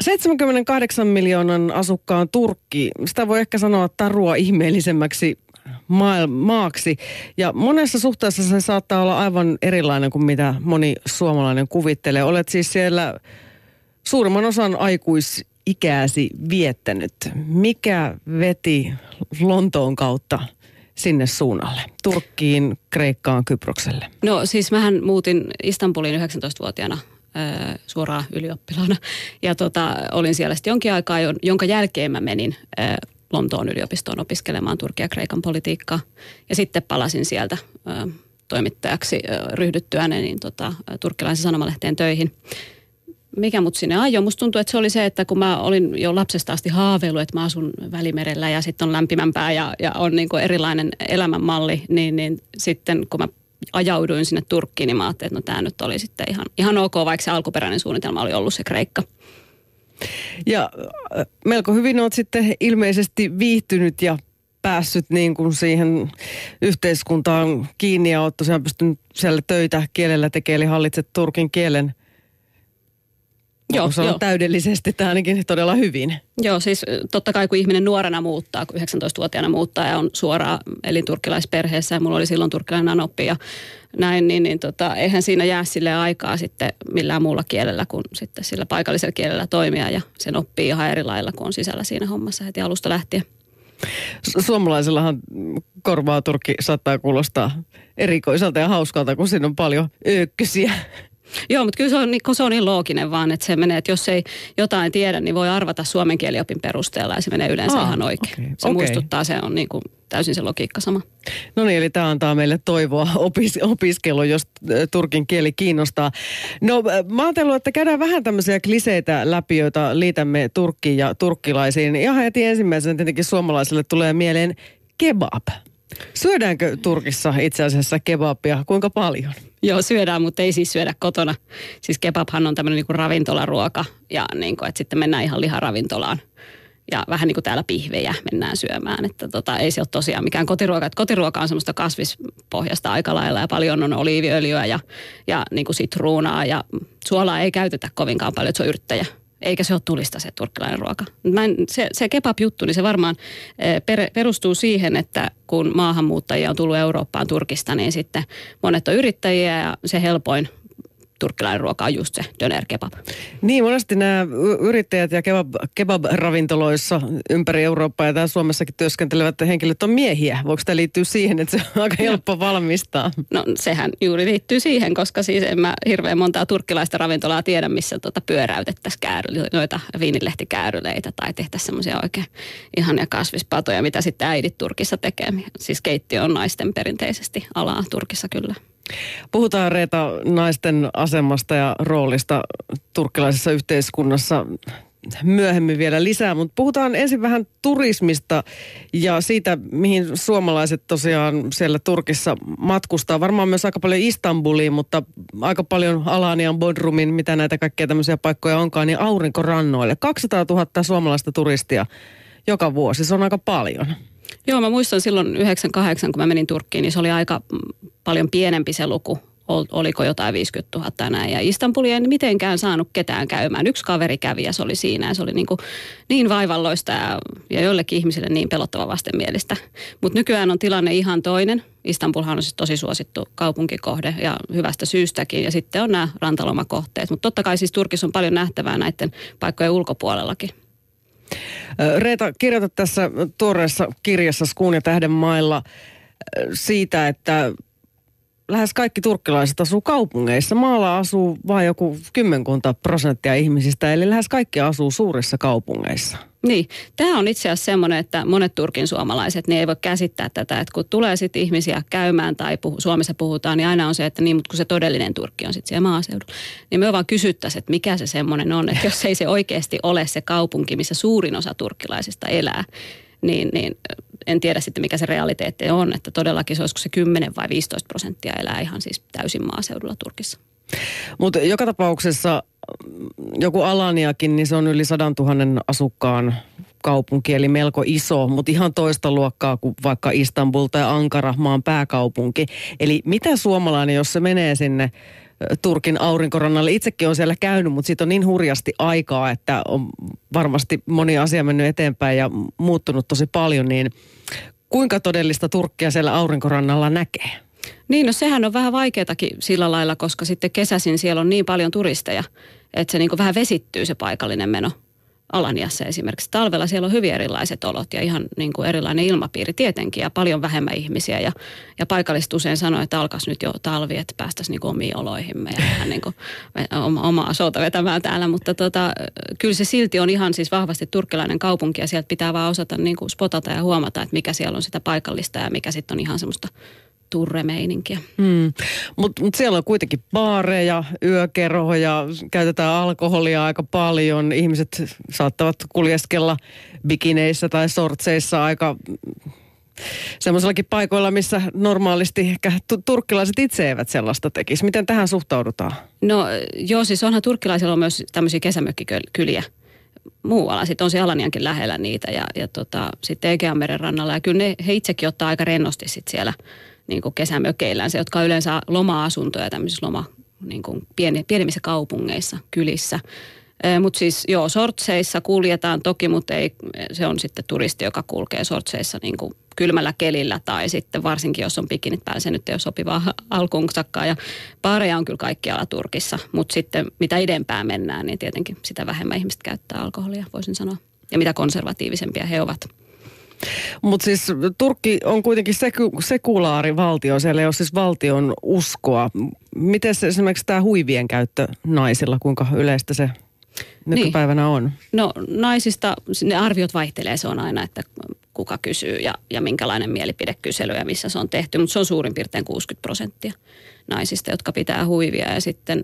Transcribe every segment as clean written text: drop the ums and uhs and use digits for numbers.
78 miljoonan asukkaan Turkki, sitä voi ehkä sanoa tarua ihmeellisemmäksi maaksi. Ja monessa suhteessa se saattaa olla aivan erilainen kuin mitä moni suomalainen kuvittelee. Olet siis siellä suurimman osan aikuisikääsi viettänyt. Mikä veti Lontoon kautta sinne suunnalle? Turkkiin, Kreikkaan, Kyprokselle? No siis mähän muutin Istanbuliin 19-vuotiaana suoraan ylioppilaana. Ja olin siellä sitten jonkin aikaa, jonka jälkeen mä menin Lontoon yliopistoon opiskelemaan Turkin ja Kreikan politiikkaa. Ja sitten palasin sieltä toimittajaksi ryhdyttyäni niin turkkilaisen sanomalehteen töihin. Mikä mut sinne ajoi? Musta tuntuu, että se oli se, että kun mä olin jo lapsesta asti haaveillut, että mä asun Välimerellä ja sitten on lämpimämpää ja on niin kuin erilainen elämänmalli, niin sitten kun mä ajauduin sinne Turkkiin, niin mä ajattelin, että no tämä nyt oli sitten ihan ok, vaikka se alkuperäinen suunnitelma oli ollut se Kreikka. Ja melko hyvin olet sitten ilmeisesti viihtynyt ja päässyt niin kuin siihen yhteiskuntaan kiinni ja olet tosiaan pystynyt siellä töitä kielellä tekemään, eli hallitset turkin kielen. Joo, täydellisesti tai ainakin todella hyvin. Joo, siis totta kai kun ihminen nuorena muuttaa, kun 19-vuotiaana muuttaa ja on suoraan turkkilaisperheessä ja mulla oli silloin turkkilainen anoppi ja näin, niin eihän siinä jää sille aikaa sitten millään muulla kielellä kuin sitten sillä paikallisella kielellä toimia ja sen oppii ihan eri lailla, kun on sisällä siinä hommassa heti alusta lähtien. Suomalaisellahan korvaa turkki saattaa kuulostaa erikoiselta ja hauskalta, kun siinä on paljon öökkysiä. Joo, mutta kyllä se on niin looginen vaan, että se menee, että jos ei jotain tiedä, niin voi arvata suomen kieliopin perusteella ja se menee yleensä ihan oikein. Okay, se muistuttaa, se on niin kuin täysin se logiikka sama. No niin, eli tämä antaa meille toivoa opiskelu, jos turkin kieli kiinnostaa. No mä ajattelin, että käydään vähän tämmöisiä kliseitä läpi, joita liitämme Turkkiin ja turkkilaisiin. Ihan heti ensimmäisenä tietenkin suomalaisille tulee mieleen kebab. Syödäänkö Turkissa itse asiassa kebabia? Kuinka paljon? Joo, syödään, mutta ei siis syödä kotona. Siis kebabhan on tämmöinen niinku ravintolaruoka ja niinku, että sitten mennään ihan liharavintolaan. Ja vähän niin kuin täällä pihvejä mennään syömään. Että ei se ole tosiaan mikään kotiruoka. Että kotiruoka on semmoista kasvispohjasta aika lailla ja paljon on oliiviöljyä ja niin kuin sitruunaa. Ja suolaa ei käytetä kovinkaan paljon, että se on yrttejä. Eikä se ole tulista se turkkilainen ruoka. Se kebab-juttu, niin se varmaan perustuu siihen, että kun maahanmuuttajia on tullut Eurooppaan Turkista, niin sitten monet on yrittäjiä ja se helpoin turkkilainen ruoka on just se döner kebab. Niin, monesti nämä yrittäjät ja kebab-ravintoloissa ympäri Eurooppaa ja täällä Suomessakin työskentelevät henkilöt on miehiä. Voiko tämä liittyä siihen, että se on aika helppo valmistaa? No sehän juuri liittyy siihen, koska siis en mä hirveän montaa turkkilaista ravintolaa tiedä, missä pyöräytettäisiin noita viinilehtikääryleitä tai tehtäisiin semmoisia oikein ihania kasvispatoja, mitä sitten äidit Turkissa tekee. Siis keittiö on naisten perinteisesti alaa Turkissa kyllä. Puhutaan Reeta naisten asemasta ja roolista turkkilaisessa yhteiskunnassa myöhemmin vielä lisää, mutta puhutaan ensin vähän turismista ja siitä, mihin suomalaiset tosiaan siellä Turkissa matkustaa. Varmaan myös aika paljon Istanbuliin, mutta aika paljon Alanian, Bodrumin, mitä näitä kaikkia tämmöisiä paikkoja onkaan, niin aurinkorannoille. 200 000 suomalaista turistia joka vuosi, se on aika paljon. Joo, mä muistan silloin 98, kun mä menin Turkkiin, niin se oli aika paljon pienempi se luku. Oliko jotain 50 000 näin. Ja Istanbulia en mitenkään saanut ketään käymään. Yksi kaveri kävi ja se oli siinä. Ja se oli niin vaivalloista ja joillekin ihmisille niin pelottava vastenmielistä. Mutta nykyään on tilanne ihan toinen. Istanbulhan on siis tosi suosittu kaupunkikohde ja hyvästä syystäkin. Ja sitten on nämä rantalomakohteet. Mutta totta kai siis Turkissa on paljon nähtävää näiden paikkojen ulkopuolellakin. Reeta, kirjoitat tässä tuoreessa kirjassa Skuun ja tähden mailla siitä, että lähes kaikki turkkilaiset asuu kaupungeissa. Maalla asuu vain joku 10% ihmisistä, eli lähes kaikki asuu suurissa kaupungeissa. Niin, tämä on itse asiassa semmoinen, että monet turkin suomalaiset niin ei voi käsittää tätä, että kun tulee sitten ihmisiä käymään tai Suomessa puhutaan, niin aina on se, että niin, mutta kun se todellinen Turkki on sitten siellä maaseudulla. Niin me vaan kysyttäisiin, että mikä se semmoinen on, että jos ei se oikeasti ole se kaupunki, missä suurin osa turkkilaisista elää, niin en tiedä sitten mikä se realiteetti on, että todellakin se olisiko se 10 vai 15% elää ihan siis täysin maaseudulla Turkissa. Mutta joka tapauksessa joku Alaniakin, niin se on yli 100 000 asukkaan kaupunki, eli melko iso, mutta ihan toista luokkaa kuin vaikka Istanbul tai Ankara, maan pääkaupunki. Eli mitä suomalainen, jos se menee sinne Turkin aurinkorannalle. Itsekin on siellä käynyt, mutta siitä on niin hurjasti aikaa, että on varmasti moni asia mennyt eteenpäin ja muuttunut tosi paljon, niin kuinka todellista Turkkia siellä aurinkorannalla näkee? Niin, no sehän on vähän vaikeatakin sillä lailla, koska sitten kesäisin siellä on niin paljon turisteja, että se niin kuin vähän vesittyy se paikallinen meno. Alaniassa esimerkiksi. Talvella siellä on hyvin erilaiset olot ja ihan niin kuin erilainen ilmapiiri tietenkin ja paljon vähemmän ihmisiä. Ja paikalliset usein sanoo, että alkaisi nyt jo talvi, että päästäisiin niin kuin omiin oloihimme ja vähän niin kuin omaa showta vetämään täällä. Mutta kyllä se silti on ihan siis vahvasti turkkilainen kaupunki ja sieltä pitää vaan osata niin kuin spotata ja huomata, että mikä siellä on sitä paikallista ja mikä sitten on ihan semmoista turremeininkiä. Mutta siellä on kuitenkin baareja, yökerhoja, käytetään alkoholia aika paljon. Ihmiset saattavat kuljeskella bikineissä tai sortseissa aika semmoisellakin paikoilla, missä normaalisti ehkä turkkilaiset itse eivät sellaista tekisi. Miten tähän suhtaudutaan? No joo, siis onhan turkkilaisilla on myös tämmöisiä kesämökkikyliä. Muualla. Sitten on se Alaniankin lähellä niitä ja sitten Egeanmeren rannalla. Ja kyllä he itsekin ottaa aika rennosti sitten siellä niin kuin kesämökeillään, se, jotka on yleensä loma-asuntoja tämmöisissä niin kuin pienemmissä kaupungeissa, kylissä. Mutta siis joo, sortseissa kuljetaan toki, mutta ei, se on sitten turisti, joka kulkee sortseissa niin kuin kylmällä kelillä tai sitten varsinkin, jos on bikinit päällä, se nyt ei ole sopivaa alkuunsakaan. Ja baareja on kyllä kaikkialla Turkissa, mutta sitten mitä idempään mennään, niin tietenkin sitä vähemmän ihmiset käyttää alkoholia, voisin sanoa. Ja mitä konservatiivisempia he ovat. Mutta siis Turkki on kuitenkin sekulaari valtio, siellä ei ole siis valtion uskoa. Miten esimerkiksi tämä huivien käyttö naisilla, kuinka yleistä se nykypäivänä on? No naisista, ne arviot vaihtelee, se on aina, että kuka kysyy ja minkälainen mielipidekysely ja missä se on tehty. Mutta se on suurin piirtein 60% naisista, jotka pitää huivia ja sitten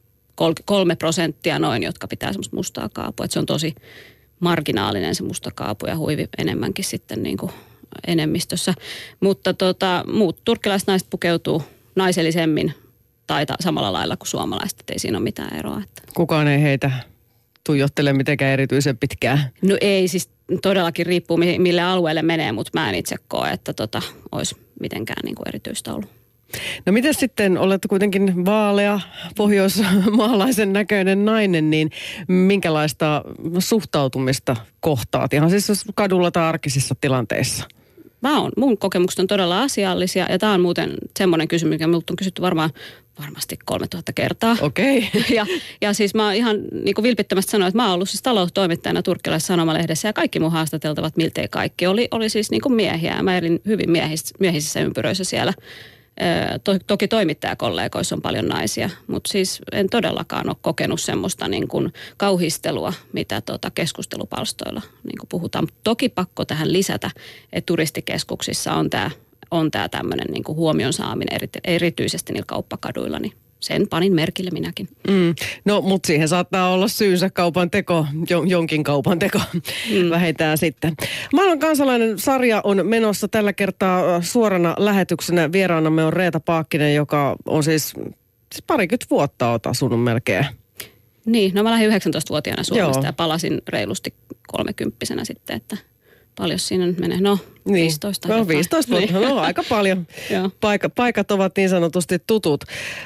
3% noin, jotka pitää semmoista mustaa kaapua. Et se on tosi marginaalinen se musta kaapu ja huivi enemmänkin sitten niin kuin enemmistössä. Mutta muut turkkilaiset naiset pukeutuu naisellisemmin tai samalla lailla kuin suomalaiset, ei siinä ole mitään eroa. Kukaan ei heitä tuijottele mitenkään erityisen pitkään? No ei, siis todellakin riippuu mille alueelle menee, mutta mä en itse koe, että olisi mitenkään niin kuin erityistä ollut. No miten sitten, olette kuitenkin vaalea, pohjoismaalaisen näköinen nainen, niin minkälaista suhtautumista kohtaat? Ihan siis kadulla tai arkisissa tilanteissa? Mun kokemukset on todella asiallisia ja tämä on muuten semmoinen kysymys, mikä minulta on kysytty varmasti 3000 kertaa. Okei. Ja siis mä ihan niin kuin vilpittömästi sanoin, että mä oon ollut siis taloustoimittajana turkkilaisessa sanomalehdessä ja kaikki mun haastateltavat, miltei kaikki, oli siis niin kuin miehiä ja mä elin hyvin miehisissä ympyröissä siellä. Toki toimittajakollegoissa on paljon naisia, mutta siis en todellakaan ole kokenut semmoista niin kuin kauhistelua, mitä keskustelupalstoilla niin kuin puhutaan. Toki pakko tähän lisätä, että turistikeskuksissa on tämä tämmöinen niin kuin huomion saaminen erityisesti niillä kauppakaduilla, niin sen panin merkille minäkin. No, mutta siihen saattaa olla syynsä kaupan teko, jonkin kaupan teko vähintään sitten. Maailman kansalainen sarja on menossa tällä kertaa suorana lähetyksenä. Vieraanamme on Reetta Paakkinen, joka on siis parikymmentä vuotta olet asunut melkein. Niin, no mä lähdin 19-vuotiaana Suomesta ja palasin reilusti 30-vuotiaana sitten, että paljon siinä nyt menee? No, 15. No 15 vuotta, niin. No aika paljon. Paikat ovat niin sanotusti tutut.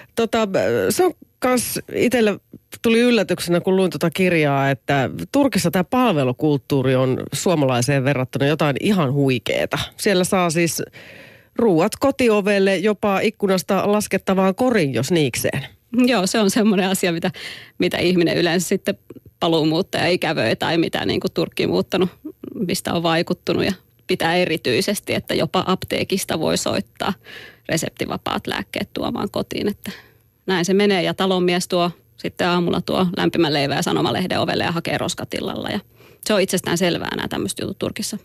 Se on kans itselle tuli yllätyksenä, kun luin tuota kirjaa, että Turkissa tämä palvelukulttuuri on suomalaiseen verrattuna jotain ihan huikeeta. Siellä saa siis ruuat kotiovelle, jopa ikkunasta laskettavaan korin, jos niikseen. Joo, se on semmoinen asia, mitä ihminen yleensä sitten paluumuuttaja ikävöi tai mitä niin kuin Turkkiin muuttanut, mistä on vaikuttunut ja pitää erityisesti, että jopa apteekista voi soittaa reseptivapaat lääkkeet tuomaan kotiin, että näin se menee ja talonmies tuo sitten aamulla tuo lämpimän leivän ja sanomalehden ovelle ja hakee roskatillalla ja se on itsestään selvää nämä tämmöiset jutut Turkissa.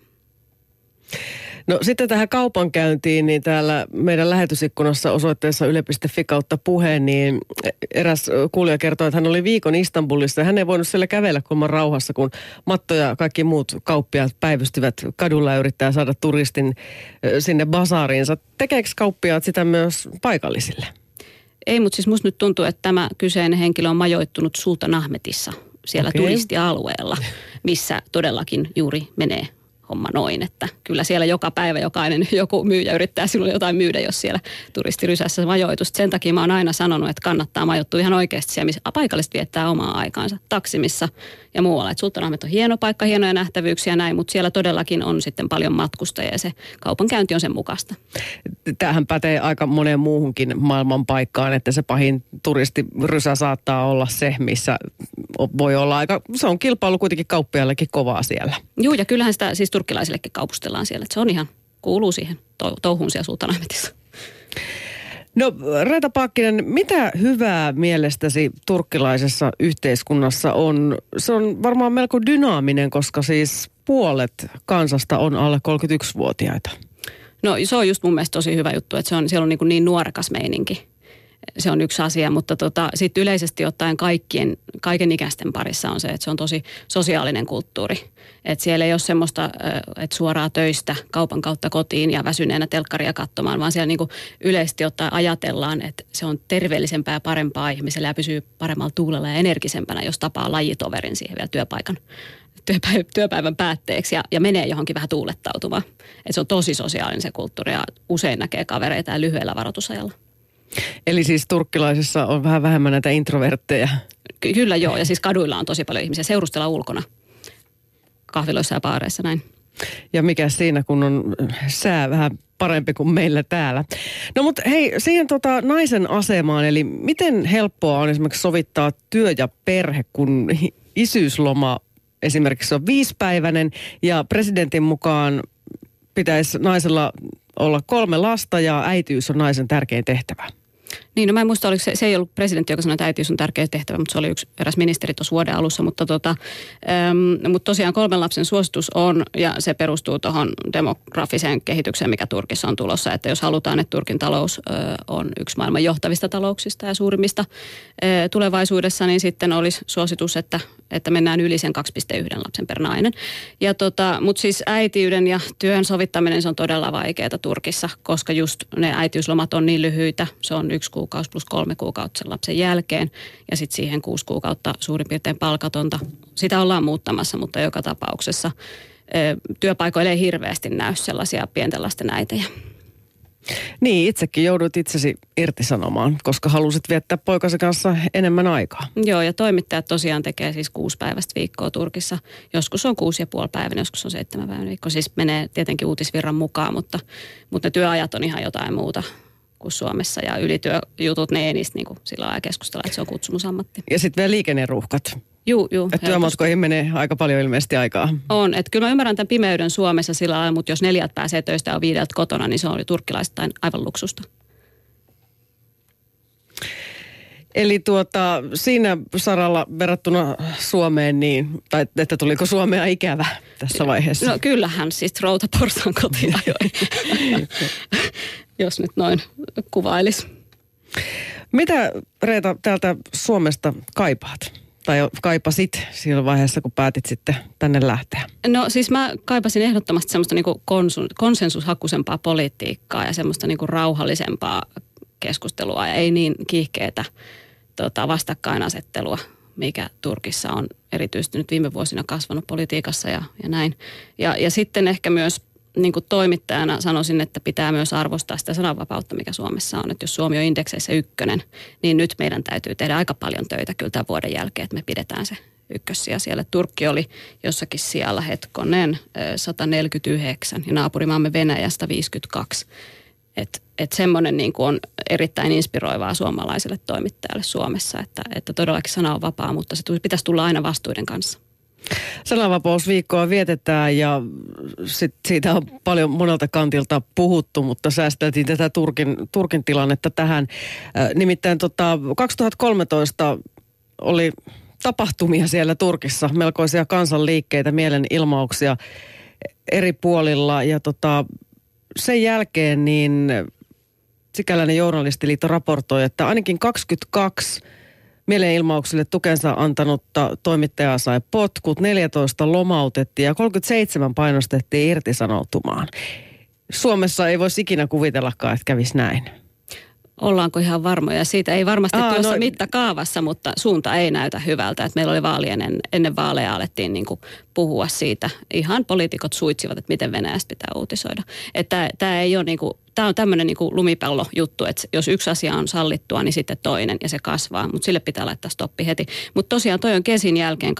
No sitten tähän kaupankäyntiin, niin täällä meidän lähetysikkunassa osoitteessa yle.fi/puhe, niin eräs kuulija kertoi, että hän oli viikon Istanbulissa ja hän ei voinut siellä kävellä kulman rauhassa, kun Matto ja kaikki muut kauppiaat päivystivät kadulla ja yrittää saada turistin sinne basaariinsa. Tekeekö kauppiaat sitä myös paikallisille? Ei, mutta siis musta nyt tuntuu, että tämä kyseinen henkilö on majoittunut Sultanahmetissa siellä turistialueella, missä todellakin juuri menee homma noin, että kyllä siellä joka päivä jokainen joku myyjä yrittää sinulle jotain myydä, jos siellä turistirysässä majoitus. Sen takia mä oon aina sanonut, että kannattaa majoittua ihan oikeasti siellä, missä paikalliset viettää omaa aikaansa, Taksimissa ja muualla. Et Sultanahmet on hieno paikka, hienoja nähtävyyksiä ja näin, mutta siellä todellakin on sitten paljon matkustajia ja se kaupankäynti on sen mukaista. Tämähän pätee aika moneen muuhunkin maailman paikkaan, että se pahin turistirysä saattaa olla se, missä voi olla se on kilpailu kuitenkin kauppiaillekin kovaa siellä. Joo, ja kyllähän sitä siis turkkilaisillekin kaupustellaan siellä, että se on ihan, kuuluu siihen touhuun siellä Sultanahmetissa. No Reetta Paakkinen, mitä hyvää mielestäsi turkkilaisessa yhteiskunnassa on? Se on varmaan melko dynaaminen, koska siis puolet kansasta on alle 31-vuotiaita. No se on just mun mielestä tosi hyvä juttu, että siellä on niin nuorekas meininki. Se on yksi asia, mutta sitten yleisesti ottaen kaiken ikäisten parissa on se, että se on tosi sosiaalinen kulttuuri. Että siellä ei ole semmoista, että suoraan töistä kaupan kautta kotiin ja väsyneenä telkkaria katsomaan, vaan siellä niinku yleisesti ottaen ajatellaan, että se on terveellisempää ja parempaa ihmiselle ja pysyy paremmalla tuulella ja energisempänä, jos tapaa lajitoverin siihen vielä työpäivän päätteeksi ja menee johonkin vähän tuulettautumaan. Että se on tosi sosiaalinen se kulttuuri ja usein näkee kavereita ja lyhyellä varoitusajalla. Eli siis turkkilaisissa on vähän vähemmän näitä introvertteja. Kyllä joo, ja siis kaduilla on tosi paljon ihmisiä. Seurustella ulkona, kahviloissa ja baareissa näin. Ja mikä siinä, kun on sää vähän parempi kuin meillä täällä. No mutta hei, siihen naisen asemaan, eli miten helppoa on esimerkiksi sovittaa työ ja perhe, kun isyysloma esimerkiksi on 5-päiväinen ja presidentin mukaan pitäisi naisella olla 3 lasta ja äitiys on naisen tärkein tehtävä. Niin, no mä en muista, oliko se ei ollut presidentti, joka sanoi, että äitiys on tärkeä tehtävä, mutta se oli eräs ministeri tuossa vuoden alussa. Mutta tosiaan 3 lapsen suositus on, ja se perustuu tuohon demografiseen kehitykseen, mikä Turkissa on tulossa. Että jos halutaan, että Turkin talous on yksi maailman johtavista talouksista ja suurimmista tulevaisuudessa, niin sitten olisi suositus, että mennään yli sen 2,1 lapsen per nainen. Mutta siis äitiyden ja työn sovittaminen se on todella vaikeaa Turkissa, koska just ne äitiyslomat on niin lyhyitä. Se on 1 kuukausi plus 3 kuukautta sen lapsen jälkeen ja sitten siihen 6 kuukautta suurin piirtein palkatonta. Sitä ollaan muuttamassa, mutta joka tapauksessa työpaikoille ei hirveästi näy sellaisia pienten lasten äitejä. Niin, itsekin joudut itsesi irtisanomaan, koska halusit viettää poikasi kanssa enemmän aikaa. Joo, ja toimittajat tosiaan tekee siis 6-päiväistä viikkoa Turkissa. Joskus on 6,5 päivänä, joskus on 7 päivänä viikko. Siis menee tietenkin uutisvirran mukaan, mutta ne työajat on ihan jotain muuta kuin Suomessa. Ja ylityöjutut, ne ei niistä niin kuin sillä lailla keskustella, että se on kutsumusammatti. Ja sitten vielä liikenneruuhkat. Juu. Että työmatkoihin menee aika paljon ilmeisesti aikaa. On, että kyllä mä ymmärrän tämän pimeyden Suomessa sillä lailla, mutta jos 4 pääsee töistä ja 5 kotona, niin se on turkkilaistain aivan luksusta. Eli siinä saralla verrattuna Suomeen, niin, tai että tuliko Suomea ikävä tässä vaiheessa? No kyllähän siis routaporsaan kotiin ajoi, jos nyt noin kuvailisi. Mitä Reetta täältä Suomesta kaipaat? Tai kaipasit siinä vaiheessa, kun päätit sitten tänne lähteä? No siis mä kaipasin ehdottomasti semmoista niinku konsensushakuisempaa politiikkaa ja semmoista niinku rauhallisempaa keskustelua ja ei niin kiihkeetä vastakkainasettelua, mikä Turkissa on erityisesti nyt viime vuosina kasvanut politiikassa ja näin. Ja sitten ehkä myös niin kuin toimittajana sanoisin, että pitää myös arvostaa sitä sananvapautta, mikä Suomessa on. Että jos Suomi on indekseissä 1, niin nyt meidän täytyy tehdä aika paljon töitä kyllä tämän vuoden jälkeen, että me pidetään se ykkössija siellä. Turkki oli jossakin siellä 149 ja naapurimaamme Venäjä 152. Että semmoinen niin kuin on erittäin inspiroivaa suomalaiselle toimittajalle Suomessa, että todellakin sana on vapaa, mutta se pitäisi tulla aina vastuuden kanssa. Sananvapausviikkoa vietetään ja siitä on paljon monelta kantilta puhuttu, mutta säästeltiin tätä Turkin tilannetta tähän. Nimittäin 2013 oli tapahtumia siellä Turkissa, melkoisia kansanliikkeitä, mielenilmauksia eri puolilla ja sen jälkeen niin sikäläinen journalistiliitto raportoi, että ainakin 22 mielenilmauksille tukensa antanutta toimittajaa sai potkut, 14 lomautettiin ja 37 painostettiin irtisanoutumaan. Suomessa ei voisi ikinä kuvitellakaan, että kävisi näin. Ollaanko ihan varmoja? Siitä ei varmasti tuossa mittakaavassa, mutta suunta ei näytä hyvältä. Että meillä oli ennen vaaleja alettiin niin kuin puhua siitä. Ihan poliitikot suitsivat, että miten Venäjästä pitää uutisoida. Että tämä ei ole niin kuin, tämä on tämmöinen niin kuin lumipallojuttu, että jos yksi asia on sallittua, niin sitten toinen ja se kasvaa. Mutta sille pitää laittaa stoppi heti. Mutta tosiaan toi on kesin jälkeen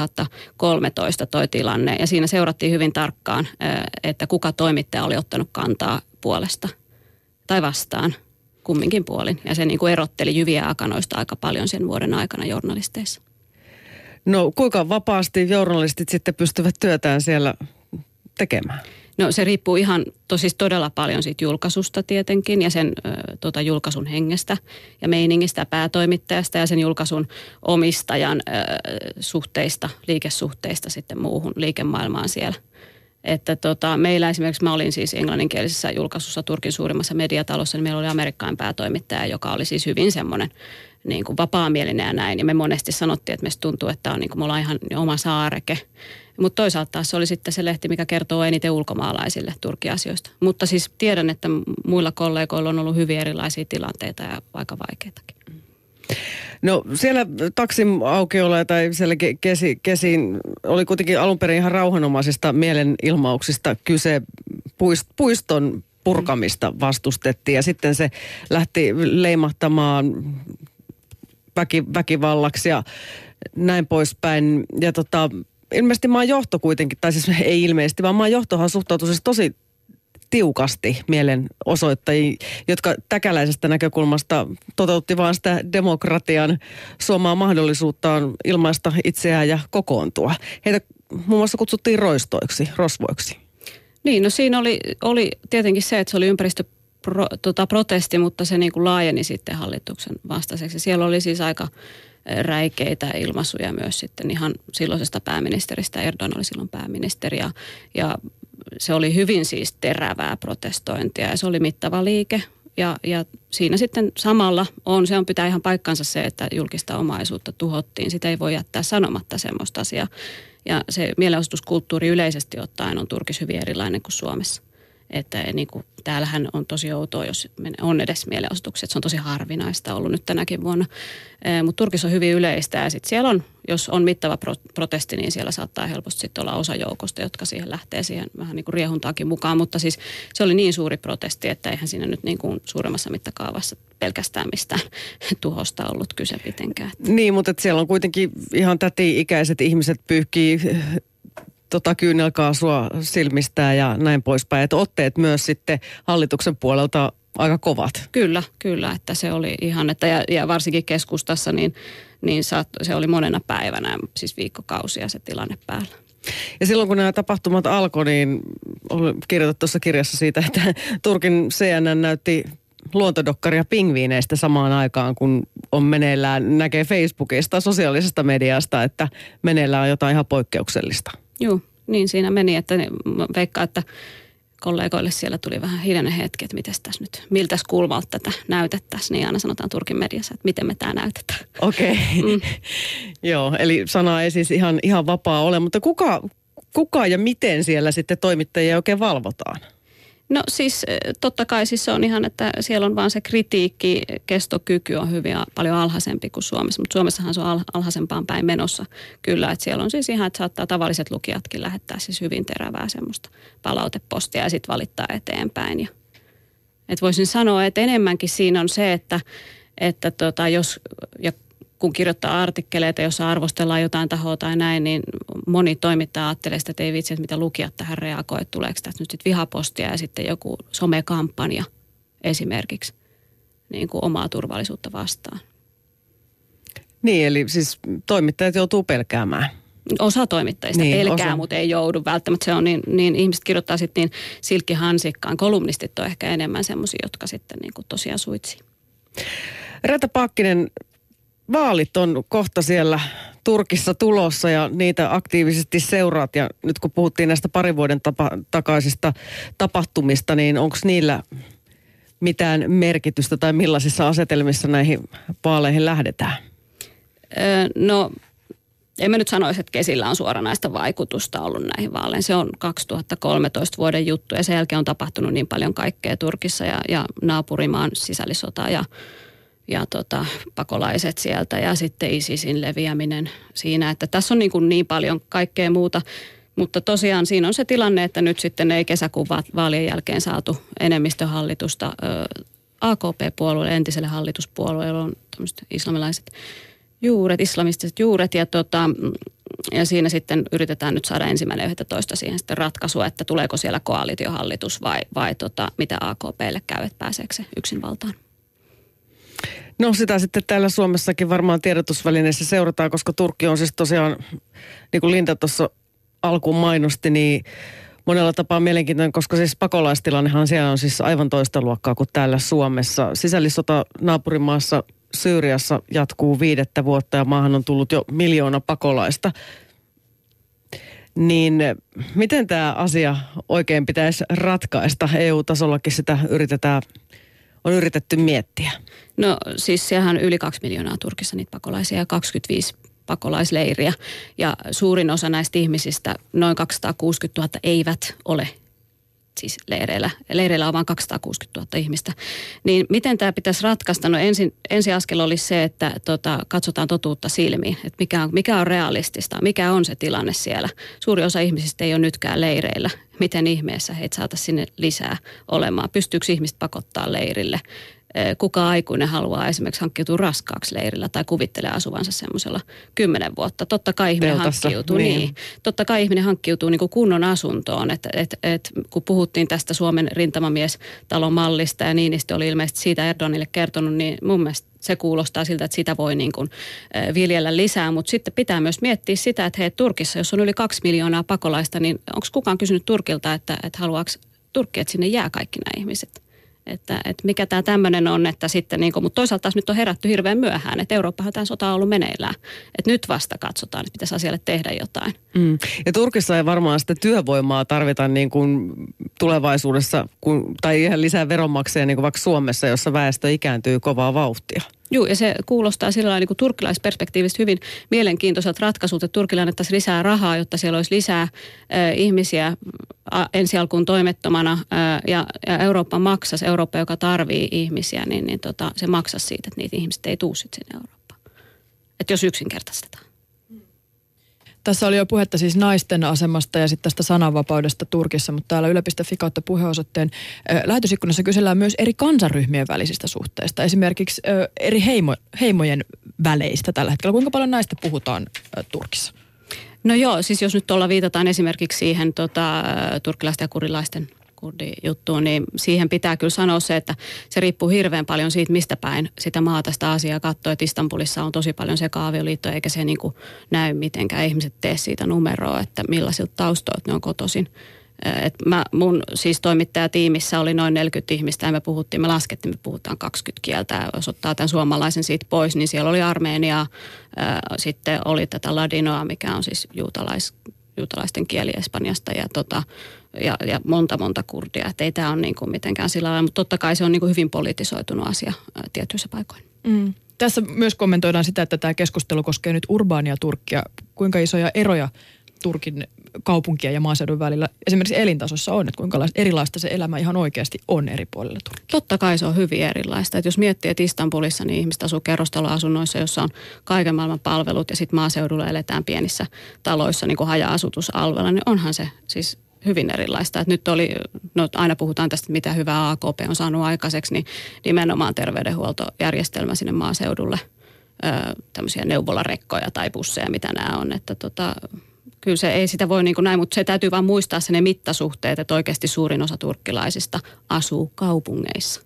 2013 toi tilanne ja siinä seurattiin hyvin tarkkaan, että kuka toimittaja oli ottanut kantaa puolesta tai vastaan. Kumminkin puolin. Ja se niin kuin erotteli jyviä akanoista aika paljon sen vuoden aikana journalisteissa. No kuinka vapaasti journalistit sitten pystyvät työtään siellä tekemään? No se riippuu ihan todella paljon siitä julkaisusta tietenkin ja sen julkaisun hengestä ja meiningistä ja päätoimittajasta ja sen julkaisun omistajan suhteista, liikesuhteista sitten muuhun liikemaailmaan siellä. Että meillä esimerkiksi, mä olin siis englanninkielisessä julkaisussa Turkin suurimmassa mediatalossa, niin meillä oli Amerikkaan päätoimittaja, joka oli siis hyvin semmoinen niin kuin vapaamielinen ja näin. Ja me monesti sanottiin, että meistä tuntuu, että on niin kuin, me ollaan ihan oma saareke. Mutta toisaalta taas se oli sitten se lehti, mikä kertoo eniten ulkomaalaisille Turkki-asioista. Mutta siis tiedän, että muilla kollegoilla on ollut hyvin erilaisia tilanteita ja aika vaikeitakin. No siellä taksin aukiolla tai siellä kesiin oli kuitenkin alun perin ihan rauhanomaisista mielenilmauksista kyse. Puiston purkamista vastustettiin ja sitten se lähti leimahtamaan väkivallaksi ja näin poispäin. Ja ilmeisesti maan johto kuitenkin, tai siis ei ilmeisesti, vaan maan johtohan suhtautui siis tosi tiukasti mielenosoittajiin, jotka täkäläisestä näkökulmasta toteutti vaan sitä demokratian suomaa mahdollisuuttaan ilmaista itseään ja kokoontua. Heitä muun muassa kutsuttiin rosvoiksi. Niin, no siinä oli tietenkin se, että se oli protesti, mutta se niin kuin laajeni sitten hallituksen vastaiseksi. Siellä oli siis aika räikeitä ilmaisuja myös sitten ihan silloisesta pääministeristä. Erdogan oli silloin pääministeri ja se oli hyvin siis terävää protestointia ja se oli mittava liike. Ja siinä sitten samalla pitää ihan paikkansa se, että julkista omaisuutta tuhottiin. Sitä ei voi jättää sanomatta semmoista asiaa. Ja se mielenosoituskulttuuri yleisesti ottaen on Turkissa hyvin erilainen kuin Suomessa. Että niin kuin, täällähän on tosi outoa, jos on edes mielenosoitukset. Se on tosi harvinaista ollut nyt tänäkin vuonna. Mutta Turkissa on hyvin yleistä ja sitten siellä on, jos on mittava protesti, niin siellä saattaa helposti sitten olla osa joukosta, jotka siihen lähtee siihen vähän niin kuin riehuntaakin mukaan. Mutta siis se oli niin suuri protesti, että eihän siinä nyt niin kuin suuremmassa mittakaavassa pelkästään mistään tuhosta ollut kyse mitenkään. Niin, mutta siellä on kuitenkin ihan täti-ikäiset ihmiset pyyhkii kyynelkaasua silmistään ja näin poispäin. Että otteet myös sitten hallituksen puolelta aika kovat. Kyllä, että se oli ihan, että ja varsinkin keskustassa, niin se oli monena päivänä, siis viikkokausia se tilanne päällä. Ja silloin kun nämä tapahtumat alkoi, niin kirjoitat tuossa kirjassa siitä, että Turkin CNN näytti luontodokkaria pingviineistä samaan aikaan, kun on meneillään, näkee Facebookista, sosiaalisesta mediasta, että meneillään on jotain ihan poikkeuksellista. Joo, niin siinä meni, että veikkaan, että kollegoille siellä tuli vähän hiljainen hetki, että miltäs kulmalta tätä näytettäisiin, niin aina sanotaan Turkin mediassa, että miten me tämä näytetään. Okei. Joo, eli sana ei siis ihan vapaa ole, mutta kuka ja miten siellä sitten toimittajia oikein valvotaan? No siis totta kai siis se on ihan, että siellä on vaan se kritiikki, kestokyky on hyvin paljon alhaisempi kuin Suomessa, mutta Suomessahan se on alhaisempaan päin menossa kyllä, että siellä on siis ihan, että saattaa tavalliset lukijatkin lähettää siis hyvin terävää semmoista palautepostia ja sitten valittaa eteenpäin. Ja, että voisin sanoa, että enemmänkin siinä on se, että jos ja kun kirjoittaa artikkeleita, jossa arvostellaan jotain tahoa tai näin, niin moni toimittaja ajattelee sitä, että ei vitsi, että mitä lukijat tähän reagoi, että tuleeko tästä nyt sitten vihapostia ja sitten joku somekampanja esimerkiksi niin kuin omaa turvallisuutta vastaan. Niin, eli siis toimittajat joutuu pelkäämään. Osa toimittajista pelkää, mutta ei joudu välttämättä. Se on niin ihmiset kirjoittaa sitten niin silkkihansikkaan. Kolumnistit on ehkä enemmän semmoisia, jotka sitten niin kuin tosiaan suitsii. Reetta Paakkinen, vaalit on kohta siellä Turkissa tulossa ja niitä aktiivisesti seuraat. Ja nyt kun puhuttiin näistä parin vuoden takaisista tapahtumista, niin onko niillä mitään merkitystä tai millaisissa asetelmissa näihin vaaleihin lähdetään? No en mä nyt sanoisi, että kesillä on suoranaista vaikutusta ollut näihin vaaleihin. Se on 2013 vuoden juttu ja sen jälkeen on tapahtunut niin paljon kaikkea Turkissa ja naapurimaan sisällissota ja pakolaiset sieltä ja sitten ISISin leviäminen siinä, että tässä on niin paljon kaikkea muuta. Mutta tosiaan siinä on se tilanne, että nyt sitten ei kesäkuun vaalien jälkeen saatu enemmistöhallitusta AKP-puolueelle, entiselle hallituspuolueelle on tämmöiset islamistiset juuret ja siinä sitten yritetään nyt saada 1.11. siihen sitten ratkaisua, että tuleeko siellä koalitiohallitus vai mitä AKP:lle käy, että pääseekö se yksin valtaan. No sitä sitten täällä Suomessakin varmaan tiedotusvälineissä seurataan, koska Turkki on siis tosiaan, niin kuin Linda tuossa alkuun mainosti, niin monella tapaa mielenkiintoinen, koska siis pakolaistilannehan siellä on siis aivan toista luokkaa kuin täällä Suomessa. Sisällissota naapurimaassa Syyriassa jatkuu 5. vuotta ja maahan on tullut jo 1 miljoona pakolaista. Niin miten tämä asia oikein pitäisi ratkaista? EU-tasollakin sitä on yritetty miettiä. No siis siellähän on yli 2 miljoonaa Turkissa niitä pakolaisia ja 25 pakolaisleiriä. Ja suurin osa näistä ihmisistä, noin 260 000, eivät ole siis leireillä. Leireillä on vain 260 000 ihmistä. Niin miten tämä pitäisi ratkaista? No ensi askel olisi se, että katsotaan totuutta silmiin, että mikä on realistista, mikä on se tilanne siellä. Suuri osa ihmisistä ei ole nytkään leireillä. Miten ihmeessä heitä saataisiin sinne lisää olemaan? Pystyykö ihmiset pakottaa leirille? Kuka aikuinen haluaa esimerkiksi hankkiutua raskaaksi leirillä tai kuvittelee asuvansa semmoisella 10 vuotta. Totta kai ihminen hankkiutuu niin. Totta kai ihminen hankkiutuu niin kuin kunnon asuntoon. Et kun puhuttiin tästä Suomen rintamamiestalon mallista ja Niinistö oli ilmeisesti siitä Erdoganille kertonut, niin mun mielestä se kuulostaa siltä, että sitä voi niin kuin viljellä lisää. Mutta sitten pitää myös miettiä sitä, että hei, Turkissa, jos on yli 2 miljoonaa pakolaista, niin onko kukaan kysynyt Turkilta, että haluaako Turkki, että sinne jää kaikki nämä ihmiset? Että mikä tämä tämmöinen on, että sitten mutta toisaalta taas nyt on herätty hirveän myöhään, että Eurooppahan tämä sota on ollut meneillään. Että nyt vasta katsotaan, että pitäisi asialle tehdä jotain. Ja Turkissa ei varmaan sitä työvoimaa tarvita niin kuin tulevaisuudessa, tai ihan lisää veronmaksajia niin kuin vaikka Suomessa, jossa väestö ikääntyy kovaa vauhtia. Joo, ja se kuulostaa sillä lailla niin turkkilaisperspektiivistä hyvin mielenkiintoiselta ratkaisuilta, että Turkille annettaisiin lisää rahaa, jotta siellä olisi lisää ihmisiä ensi alkuun toimettomana ja Eurooppa maksaisi, Eurooppa, joka tarvii ihmisiä, niin se maksaisi siitä, että niitä ihmiset ei tule sitten sinne Eurooppaan. Että jos yksinkertaistetaan. Tässä oli jo puhetta siis naisten asemasta ja sitten tästä sananvapaudesta Turkissa, mutta täällä yle.fi kautta puheenosoitteen lähetysikkunassa kysellään myös eri kansanryhmien välisistä suhteista. Esimerkiksi eri heimojen väleistä tällä hetkellä. Kuinka paljon näistä puhutaan Turkissa? No joo, siis jos nyt viitataan esimerkiksi siihen turkkilaisten ja kurilaisten kurdijuttuun, niin siihen pitää kyllä sanoa se, että se riippuu hirveän paljon siitä, mistä päin sitä maata sitä asiaa katsoo, että Istanbulissa on tosi paljon seka-avioliittoja, eikä se näy mitenkään ihmiset tee siitä numeroa, että millaisilta taustoilta ne on kotoisin. Mun siis toimittajatiimissä oli noin 40 ihmistä ja me laskettiin, me puhutaan 20 kieltä ja jos ottaa tämän suomalaisen siitä pois, niin siellä oli Armeeniaa, sitten oli tätä ladinoa, mikä on siis juutalaisten kieli Espanjasta ja monta kurdia. Että ei tämä ole mitenkään sillä lailla, mutta totta kai se on hyvin politisoitunut asia tietyissä paikoin. Tässä myös kommentoidaan sitä, että tämä keskustelu koskee nyt urbaania Turkkia. Kuinka isoja eroja Turkin kaupunkien ja maaseudun välillä esimerkiksi elintasossa on, että kuinka erilaista se elämä ihan oikeasti on eri puolilla Turkkia? Totta kai se on hyvin erilaista. Että jos miettii, että Istanbulissa niin ihmiset asuu kerrostaloasunnoissa, jossa on kaiken maailman palvelut ja sitten maaseudulla eletään pienissä taloissa niin kuin haja-asutusalueella, niin onhan se siis hyvin erilaista. Että nyt aina puhutaan tästä, mitä hyvää AKP on saanut aikaiseksi, niin nimenomaan terveydenhuoltojärjestelmä sinne maaseudulle, tämmöisiä neuvolarekkoja tai busseja, mitä nämä on, että kyllä se ei sitä voi näin, mutta se täytyy vaan muistaa ne mittasuhteet, että oikeasti suurin osa turkkilaisista asuu kaupungeissa.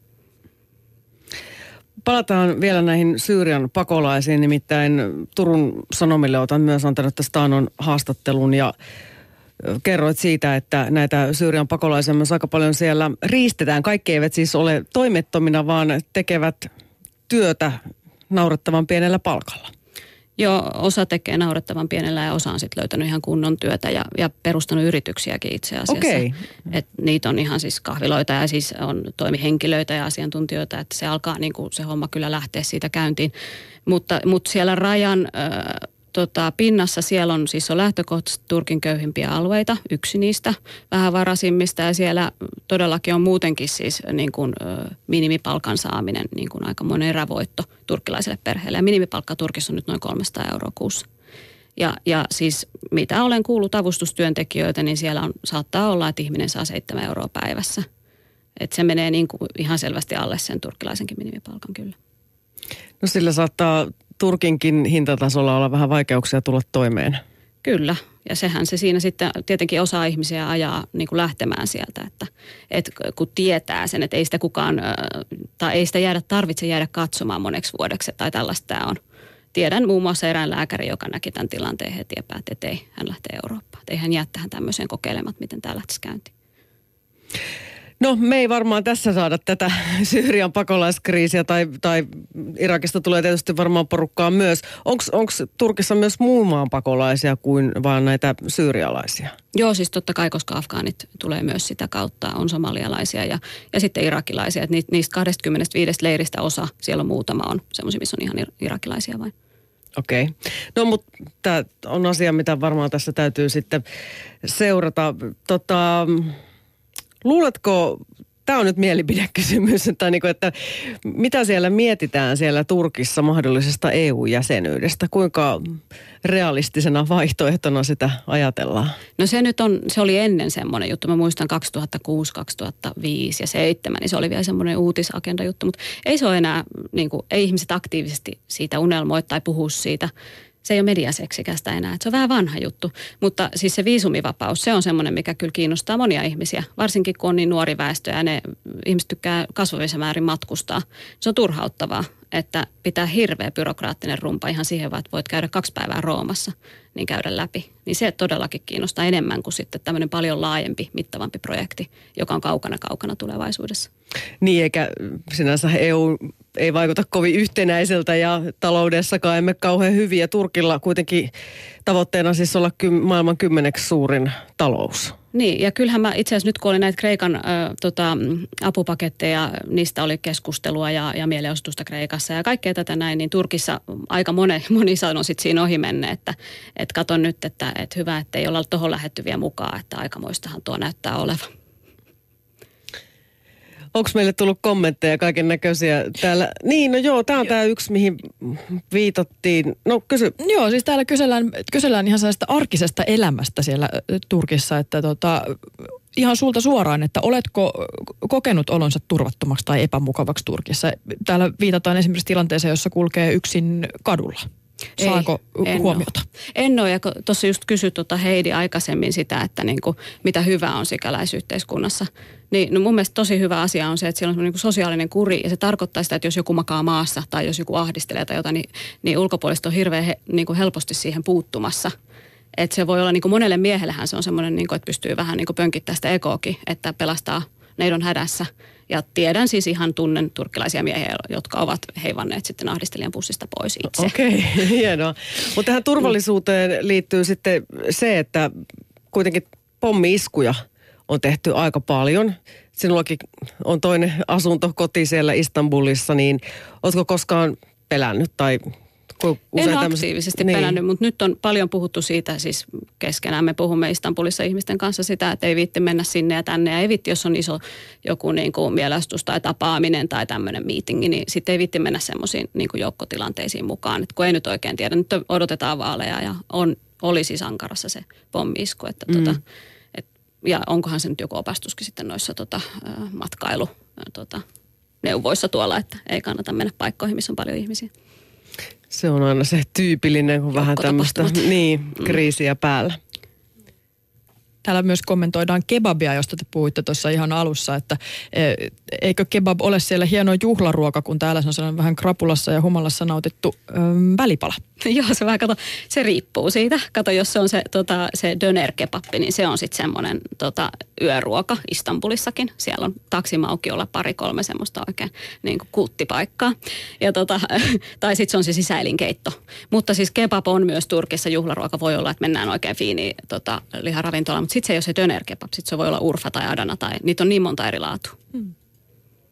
Palataan vielä näihin Syyrian pakolaisiin, nimittäin Turun Sanomille otan myös antanut tästä Aanon haastattelun ja kerroit siitä, että näitä Syyrian pakolaisia myös aika paljon siellä riistetään. Kaikki eivät siis ole toimettomina, vaan tekevät työtä naurettavan pienellä palkalla. Joo, osa tekee naurettavan pienellä ja osa on sitten löytänyt ihan kunnon työtä ja perustanut yrityksiäkin itse asiassa. Okei. Että niitä on ihan siis kahviloita ja siis on toimihenkilöitä ja asiantuntijoita, että se alkaa se homma kyllä lähteä siitä käyntiin. Mutta siellä rajan pinnassa siellä on siis lähtökohtaisesti Turkin köyhimpiä alueita, yksi niistä vähän varasimmista ja siellä todellakin on muutenkin siis niin kuin minimipalkan saaminen niin kuin aikamoinen erävoitto turkkilaiselle perheelle. Ja minimipalkka Turkissa on nyt noin 300 € kuussa. Ja siis mitä olen kuullut avustustyöntekijöitä, niin siellä saattaa olla, että ihminen saa 7 € päivässä. Että se menee niin kuin ihan selvästi alle sen turkkilaisenkin minimipalkan kyllä. No sillä saattaa Turkinkin hintatasolla olla vähän vaikeuksia tulla toimeen. Kyllä, ja sehän se siinä sitten tietenkin osaa ihmisiä ajaa niin kuin lähtemään sieltä, että kun tietää sen, että ei sitä kukaan, tai ei sitä tarvitse jäädä katsomaan moneksi vuodeksi, tai tällaista tämä on. Tiedän muun muassa erään lääkäri, joka näki tämän tilanteen heti ja päätti, että ei, hän lähtee Eurooppaan. Että ei hän jää tähän tämmöiseen kokeilemaan, miten tämä lähtisi käyntiin. No me ei varmaan tässä saada tätä Syyrian pakolaiskriisiä tai Irakista tulee tietysti varmaan porukkaa myös. Onko Turkissa myös muun maan pakolaisia kuin vaan näitä syyrialaisia? Joo, siis totta kai, koska afgaanit tulee myös sitä kautta, on somalialaisia ja sitten irakilaisia. Et niistä 25 leiristä osa, siellä on muutama, on semmoisia, missä on ihan irakilaisia vain. Okei. No mutta tämä on asia, mitä varmaan tässä täytyy sitten seurata. Luuletko, tämä on nyt mielipidekysymys, että mitä siellä mietitään siellä Turkissa mahdollisesta EU-jäsenyydestä? Kuinka realistisena vaihtoehtona sitä ajatellaan? No se oli ennen semmoinen juttu. Mä muistan 2006, 2005 ja 2007, niin se oli vielä semmoinen uutisagenda juttu, mutta ei se ole enää, niin kuin, ei ihmiset aktiivisesti siitä unelmoi tai puhu siitä. Se ei ole mediaseksikästä enää, että se on vähän vanha juttu. Mutta siis se viisumivapaus, se on semmoinen, mikä kyllä kiinnostaa monia ihmisiä. Varsinkin kun on niin nuori väestö ja ne ihmiset tykkää kasvavissa määrin matkustaa. Se on turhauttavaa, että pitää hirveä byrokraattinen rumpa ihan siihen vaan, että voit käydä 2 päivää Roomassa, niin käydä läpi. Niin se todellakin kiinnostaa enemmän kuin sitten tämmöinen paljon laajempi, mittavampi projekti, joka on kaukana tulevaisuudessa. Niin, eikä sinänsä EU ei vaikuta kovin yhtenäiseltä ja taloudessakaan emme kauhean hyviä. Turkilla kuitenkin tavoitteena siis olla maailman 10 suurin talous. Niin, ja kyllähän mä itse asiassa nyt kun oli näitä Kreikan apupaketteja, niistä oli keskustelua ja mielenosoitusta Kreikassa ja kaikkea tätä näin, niin Turkissa aika moni sanoi sitten siinä ohi menne, että katon nyt, että hyvä, että ei olla tuohon lähdetty vielä mukaan, että aikamoistahan tuo näyttää olevan. Onko meille tullut kommentteja kaiken näköisiä täällä? Niin, no joo, tämä on tämä yksi, mihin viitattiin. No kysy. Joo, siis täällä kysellään ihan sellaista arkisesta elämästä siellä Turkissa, että ihan sulta suoraan, että oletko kokenut olonsa turvattomaksi tai epämukavaksi Turkissa? Täällä viitataan esimerkiksi tilanteeseen, jossa kulkee yksin kadulla. Saako huomiota? En ole, ja tuossa just kysyt Heidi aikaisemmin sitä, että niinku, mitä hyvää on sikäläisyhteiskunnassa. Niin no mun mielestä tosi hyvä asia on se, että siellä on niinku sosiaalinen kuri, ja se tarkoittaa sitä, että jos joku makaa maassa tai jos joku ahdistelee tai jotain, niin ulkopuoliset on hirveän niinku helposti siihen puuttumassa. Että se voi olla niinku monelle miehellähän se on semmoinen, niinku, että pystyy vähän niinku pönkittämään sitä ekookin, että pelastaa neidon hädässä. Ja tiedän siis ihan tunnen turkkilaisia miehiä, jotka ovat heivanneet sitten ahdistelijan pussista pois itse. Okei, hienoa. Mutta tähän turvallisuuteen liittyy sitten se, että kuitenkin pommi-iskuja on tehty aika paljon. Sinullakin on toinen koti siellä Istanbulissa, niin oletko koskaan pelännyt tai... En ole aktiivisesti pelännyt, mutta nyt on paljon puhuttu siitä siis keskenään. Me puhumme Istanbulissa ihmisten kanssa sitä, että ei viitti mennä sinne ja tänne. Ja ei viitti, jos on iso joku niin kuin mielestus tai tapaaminen tai tämmöinen meetingi, niin sitten ei viitti mennä semmoisiin niin kuin joukkotilanteisiin mukaan. Et kun ei nyt oikein tiedä, nyt odotetaan vaaleja ja oli siis Ankarassa se pommi-isku. Että ja onkohan se nyt joku opastuskin sitten noissa matkailu neuvoissa tuolla, että ei kannata mennä paikkoihin, missä on paljon ihmisiä. Se on aina se tyypillinen, kun vähän tämmöistä kriisiä päällä. Täällä myös kommentoidaan kebabia, josta te puhuitte tuossa ihan alussa, että eikö kebab ole siellä hieno juhlaruoka, kun täällä se on sellainen vähän krapulassa ja humalassa nautittu välipala. Joo, se vähän se riippuu siitä. Kato, jos se on se döner-kebappi, niin se on sitten semmoinen yöruoka Istanbulissakin. Siellä on taksimaukiolla 2-3 semmoista oikein niin kuin kulttipaikkaa. Ja tai sitten se on se sisäelinkeitto. Mutta siis kebab on myös Turkissa juhlaruoka. Voi olla, että mennään oikein fiiniin liharavintolaan, mutta sitten se ei ole se döner-kebab. Sitten se voi olla urfa tai adana tai niitä on niin monta eri laatua.